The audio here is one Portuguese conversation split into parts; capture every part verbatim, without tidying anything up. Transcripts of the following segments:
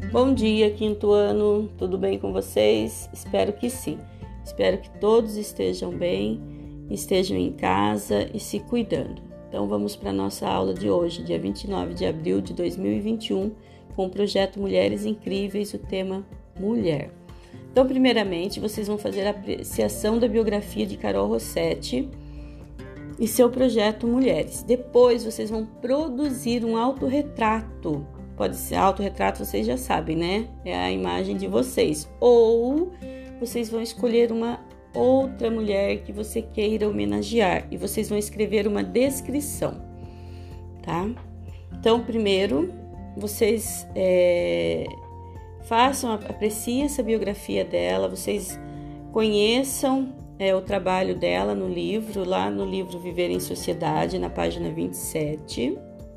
Bom dia, quinto ano, tudo bem com vocês? Espero que sim. Espero que todos estejam bem, estejam em casa e se cuidando. Então vamos para a nossa aula de hoje, dia vinte e nove de abril de dois mil e vinte e um, com o projeto Mulheres Incríveis, o tema Mulher. Então, primeiramente, vocês vão fazer a apreciação da biografia de Carol Rossetti e seu projeto Mulheres. Depois, vocês vão produzir um autorretrato. Pode ser autorretrato, vocês já sabem, né? É a imagem de vocês. Ou vocês vão escolher uma outra mulher que você queira homenagear e vocês vão escrever uma descrição, tá? Então, primeiro, vocês é, façam, apreciem essa biografia dela, vocês conheçam é, o trabalho dela no livro, lá no livro Viver em Sociedade, na página vinte e sete.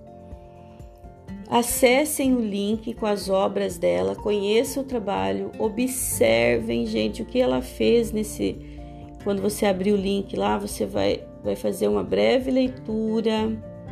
Acessem o link com as obras dela, conheçam o trabalho, observem, gente, o que ela fez nesse... Quando você abrir o link lá, você vai, vai fazer uma breve leitura,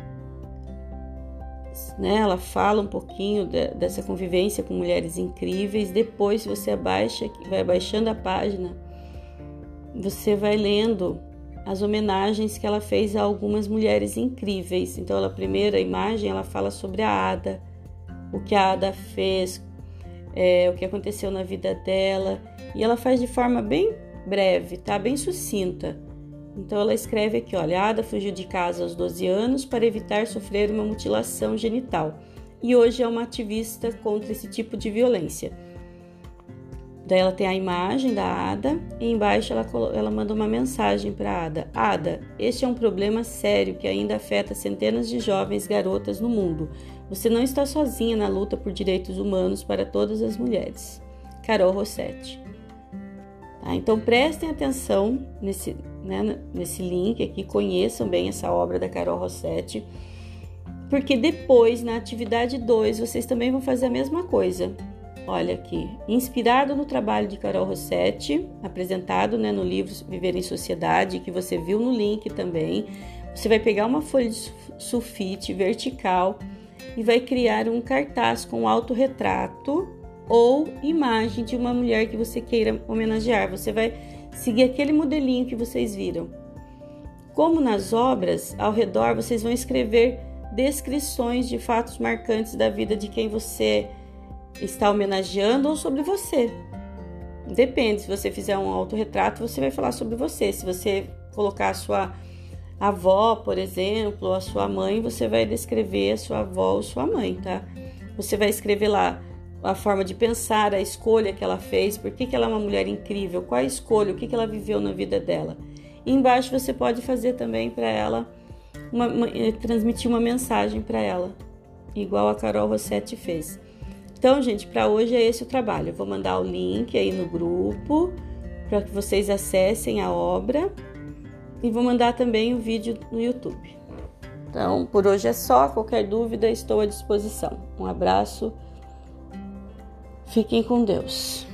né? Ela fala um pouquinho de, dessa convivência com mulheres incríveis. Depois, se você abaixa, vai abaixando a página, você vai lendo as homenagens que ela fez a algumas mulheres incríveis. Então, a primeira imagem, ela fala sobre a Ada, o que a Ada fez, é, o que aconteceu na vida dela, e ela faz de forma bem breve, tá? Bem sucinta. Então, ela escreve aqui, olha, a Ada fugiu de casa aos doze anos para evitar sofrer uma mutilação genital, e hoje é uma ativista contra esse tipo de violência. Daí ela tem a imagem da Ada e embaixo ela, ela manda uma mensagem para a Ada. Ada, este é um problema sério que ainda afeta centenas de jovens garotas no mundo. Você não está sozinha na luta por direitos humanos para todas as mulheres. Carol Rossetti. Tá, então prestem atenção nesse, né, nesse link aqui, conheçam bem essa obra da Carol Rossetti, porque depois, na atividade dois, vocês também vão fazer a mesma coisa. Olha aqui, inspirado no trabalho de Carol Rossetti, apresentado, né, no livro Viver em Sociedade, que você viu no link também, você vai pegar uma folha de sulfite vertical e vai criar um cartaz com autorretrato ou imagem de uma mulher que você queira homenagear. Você vai seguir aquele modelinho que vocês viram. Como nas obras, ao redor vocês vão escrever descrições de fatos marcantes da vida de quem você está homenageando ou sobre você. Depende, se você fizer um autorretrato, você vai falar sobre você. Se você colocar a sua avó, por exemplo, ou a sua mãe, você vai descrever a sua avó ou sua mãe, tá? Você vai escrever lá a forma de pensar, a escolha que ela fez, por que, que ela é uma mulher incrível, qual a escolha, o que, que ela viveu na vida dela. E embaixo você pode fazer também para ela, uma, uma, transmitir uma mensagem para ela, igual a Carol Rossetti fez. Então, gente, para hoje é esse o trabalho. Eu vou mandar o link aí no grupo para que vocês acessem a obra e vou mandar também o vídeo no YouTube. Então, por hoje é só. Qualquer dúvida, estou à disposição. Um abraço. Fiquem com Deus.